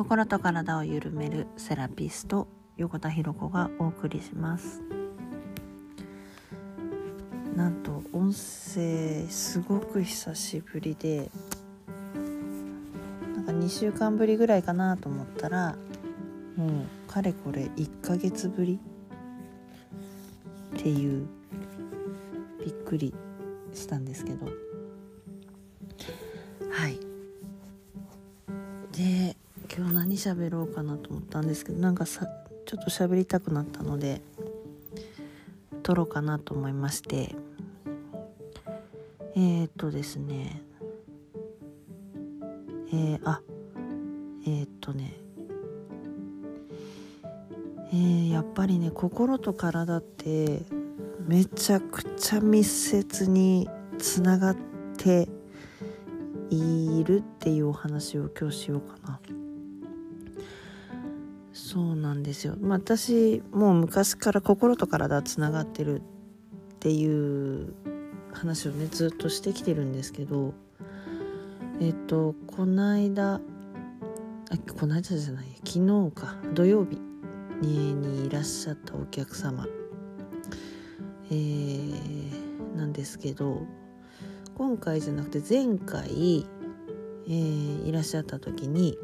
心と体を緩めるセラピスト横田博子がお送りします。なんと音声すごく久しぶりで、なんか2週間ぶりぐらいかなと思ったら、もうかれこれ1ヶ月ぶりっていうびっくりしたんですけど、はいで今日何喋ろうかなと思ったんですけど、なんかちょっと喋りたくなったので撮ろうかなと思いまして、ですねやっぱりね、心と体ってめちゃくちゃ密接につながっているっていうお話を今日しようかな。そうなんですよ。私もう昔から心と体はつながってるっていう話をねずっとしてきてるんですけど、こないだじゃない、昨日か、土曜日にいらっしゃったお客様、なんですけど、今回じゃなくて前回、いらっしゃった時に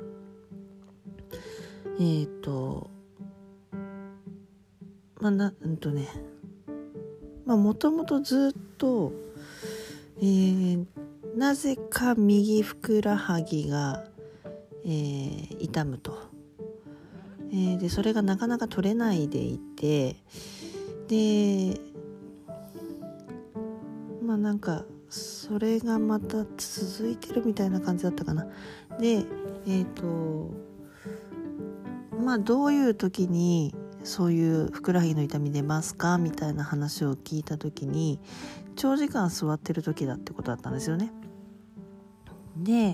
もともとずっと、なぜか右ふくらはぎが、痛むと、でそれがなかなか取れないでいて、でなんかそれがまた続いてるみたいな感じだったかな。でどういう時にそういうふくらはぎの痛み出ますかみたいな話を聞いた時に、長時間座ってる時だってことだったんですよね。で、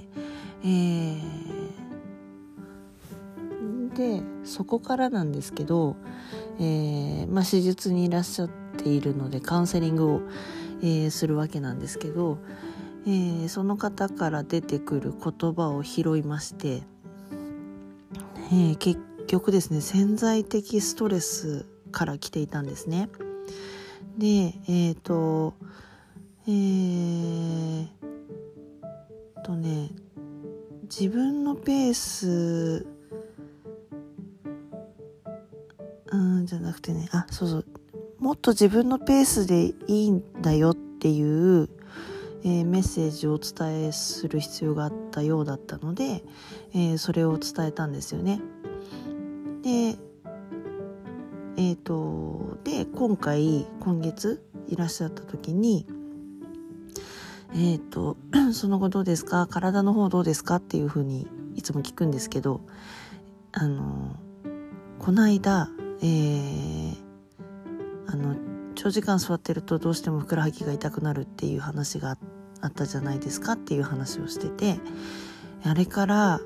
そこからなんですけど、手術にいらっしゃっているのでカウンセリングを、するわけなんですけど、その方から出てくる言葉を拾いまして、結局ですね、潜在的ストレスから来ていたんですね。で自分のペースじゃなくてね、もっと自分のペースでいいんだよっていう、メッセージをお伝えする必要があったようだったので、それを伝えたんですよね。で今月いらっしゃった時にその後どうですか、体の方どうですかっていうふうにいつも聞くんですけど、この間、長時間座ってるとどうしてもふくらはぎが痛くなるっていう話があったじゃないですかっていう話をしてて、あれから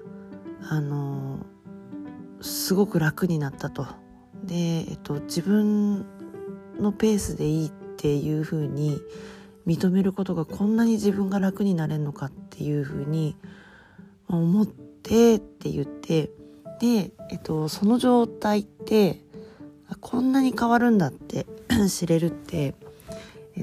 すごく楽になったと。で、自分のペースでいいっていう風に認めることがこんなに自分が楽になれるのかっていう風に思ってって言って、で、その状態ってこんなに変わるんだって知れるってなん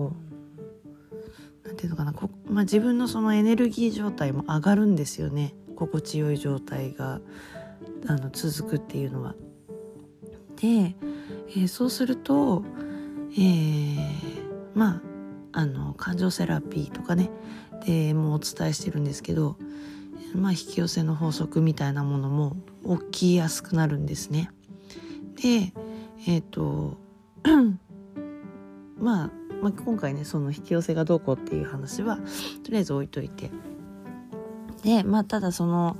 ていうのかな、自分のそのエネルギー状態も上がるんですよね。心地よい状態が続くっていうのは。で、そうすると、感情セラピーとかねでもうお伝えしてるんですけど、引き寄せの法則みたいなものも起きやすくなるんですね。で今回ね、その引き寄せがどうこうっていう話はとりあえず置いといて、でただその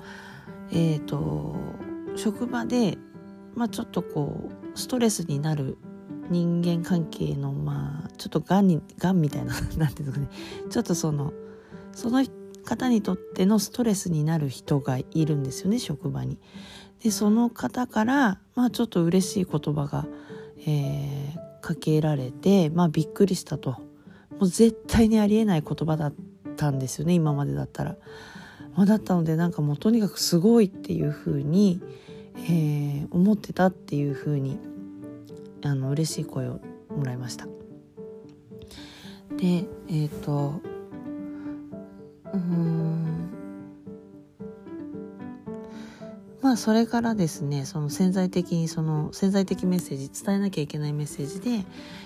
職場でちょっとストレスになる人間関係のちょっとがんみたいななんていうのかね、ちょっとその方にとってのストレスになる人がいるんですよね、職場に。でその方からちょっと嬉しい言葉が、かけられてびっくりしたと。もう絶対にありえない言葉だったんですよね、今までだったら。 だったので、なんかもうとにかくすごいっていう風に、思ってたっていう風に嬉しい声をもらいました。でそれからですね、その潜在的メッセージ、伝えなきゃいけないメッセージで、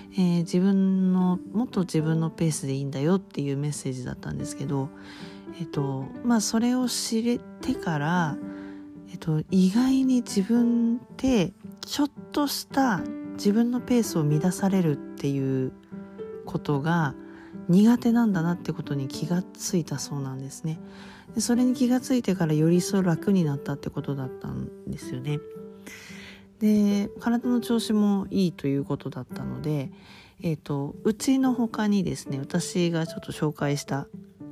もっと自分のペースでいいんだよっていうメッセージだったんですけど、それを知れてから、意外に自分ってちょっとした自分のペースを乱されるっていうことが苦手なんだなってことに気がついたそうなんですね。でそれに気がついてからより一層楽になったってことだったんですよね。で体の調子もいいということだったので、うちの他にですね、私がちょっと紹介した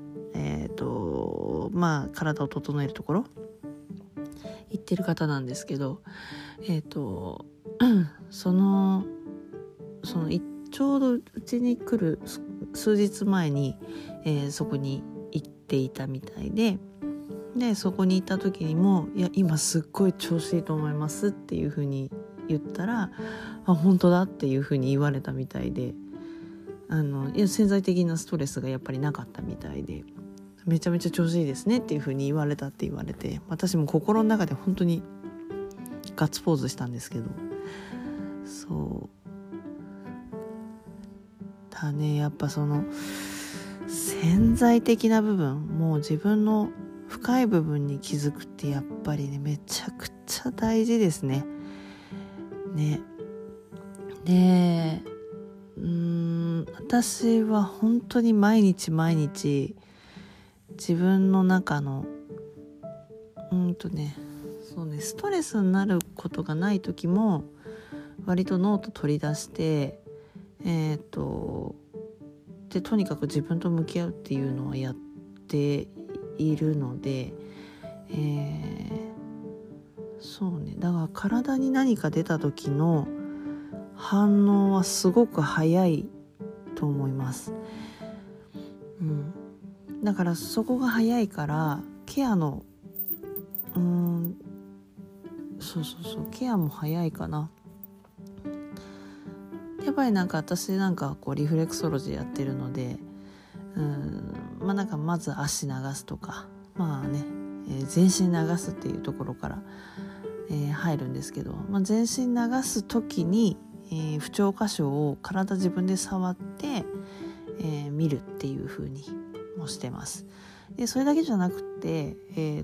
体を整えるところ行ってる方なんですけど、ちょうどうちに来る数日前に、そこに行っていたみたいで、そこに行った時にも、いや今すっごい調子いいと思いますっていう風に言ったら、本当だっていう風に言われたみたいで、潜在的なストレスがやっぱりなかったみたいで、めちゃめちゃ調子いいですねっていう風に言われて、私も心の中で本当にガッツポーズしたんですけど、そうだね、やっぱその潜在的な部分、もう自分の深い部分に気づくってやっぱりね、めちゃくちゃ大事ですね。で、私は本当に毎日自分の中のストレスになることがない時も割とノート取り出してとにかく自分と向き合うっていうのはやっているので、だから体に何か出た時の反応はすごく早いと思います。だからそこが早いからケアのケアも早いかな。やっぱり私リフレクソロジーやってるので、まず足流すとか、全身流すっていうところから、入るんですけど、全身流す時に、不調箇所を体自分で触って、見るっていう風にもしてます。でそれだけじゃなくて、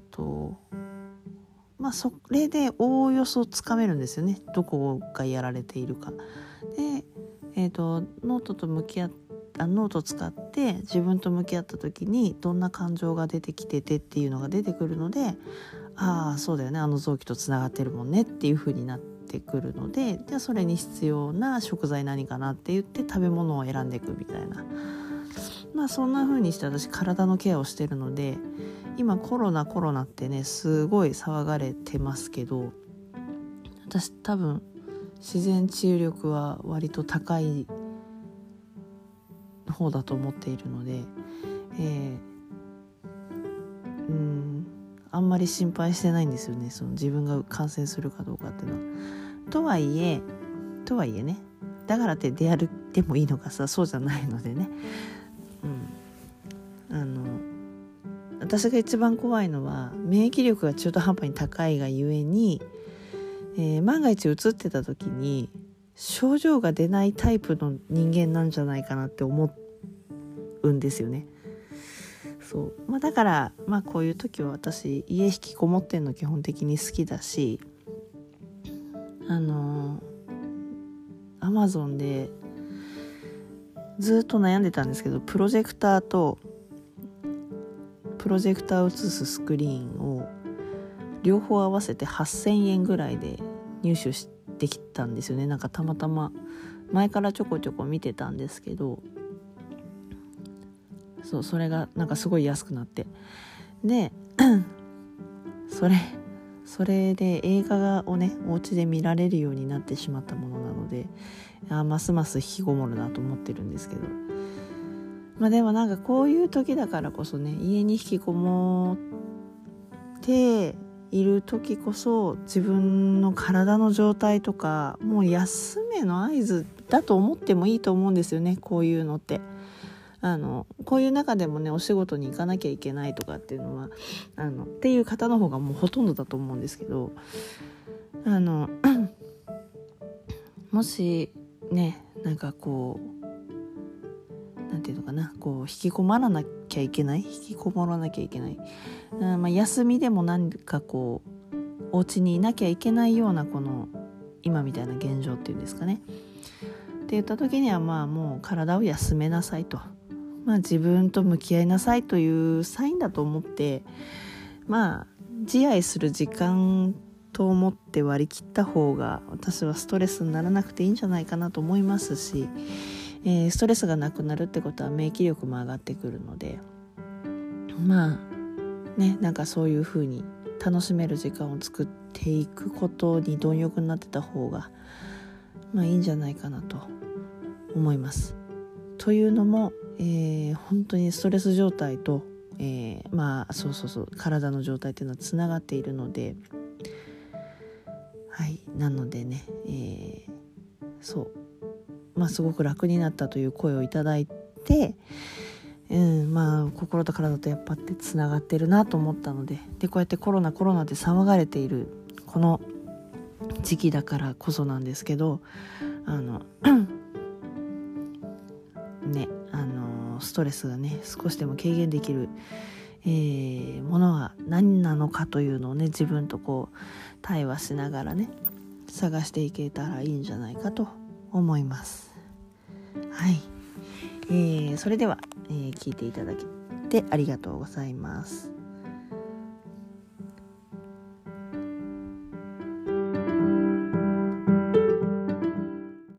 それでおおよそつかめるんですよね、どこがやられているかで、ノートを使って自分と向き合った時にどんな感情が出てきててっていうのが出てくるので、そうだよね、臓器とつながってるもんねっていう風になってくるので、じゃあそれに必要な食材何かなって言って食べ物を選んでいくみたいな、そんな風にして私体のケアをしてるので、今コロナってねすごい騒がれてますけど、私多分自然治癒力は割と高い方だと思っているので、あんまり心配してないんですよね、その自分が感染するかどうかっていうのは。とはいえね、だからって出歩いてもいいのかそうじゃないのでね、私が一番怖いのは免疫力が中途半端に高いがゆえに、万が一うつってた時に症状が出ないタイプの人間なんじゃないかなって思うんですよね。だからこういう時は私家引きこもってんの基本的に好きだし、Amazon でずっと悩んでたんですけど、プロジェクターを映すスクリーンを両方合わせて8000円ぐらいで入手できたんですよね。たまたま前からちょこちょこ見てたんですけど、それがすごい安くなって、でそれで映画をねお家で見られるようになってしまったものなので、ますます引きこもるなと思ってるんですけど、でもこういう時だからこそね、家に引きこもっている時こそ自分の体の状態とかもう休めの合図だと思ってもいいと思うんですよね。こういうのってこういう中でもね、お仕事に行かなきゃいけないとかっていうのはっていう方の方がもうほとんどだと思うんですけど、もしね、なんかこうなんていうのかな、こう引きこもらなきゃいけない、休みでも何かこうお家にいなきゃいけないようなこの今みたいな現状っていうんですかね、って言った時にはもう体を休めなさいと、自分と向き合いなさいというサインだと思って、自愛する時間と思って割り切った方が私はストレスにならなくていいんじゃないかなと思いますし、ストレスがなくなるってことは免疫力も上がってくるので、なんかそういう風に楽しめる時間を作っていくことに貪欲になってた方がいいんじゃないかなと思います。というのも、本当にストレス状態と、体の状態っていうのはつながっているので、なのでね、すごく楽になったという声をいただいて、心と体とやっぱってつながってるなと思ったので、こうやってコロナで騒がれているこの時期だからこそなんですけど、ストレスがね少しでも軽減できる、ものは何なのかというのをね、自分とこう対話しながらね探していけたらいいんじゃないかと思います。それでは、聞いていただきありがとうございます。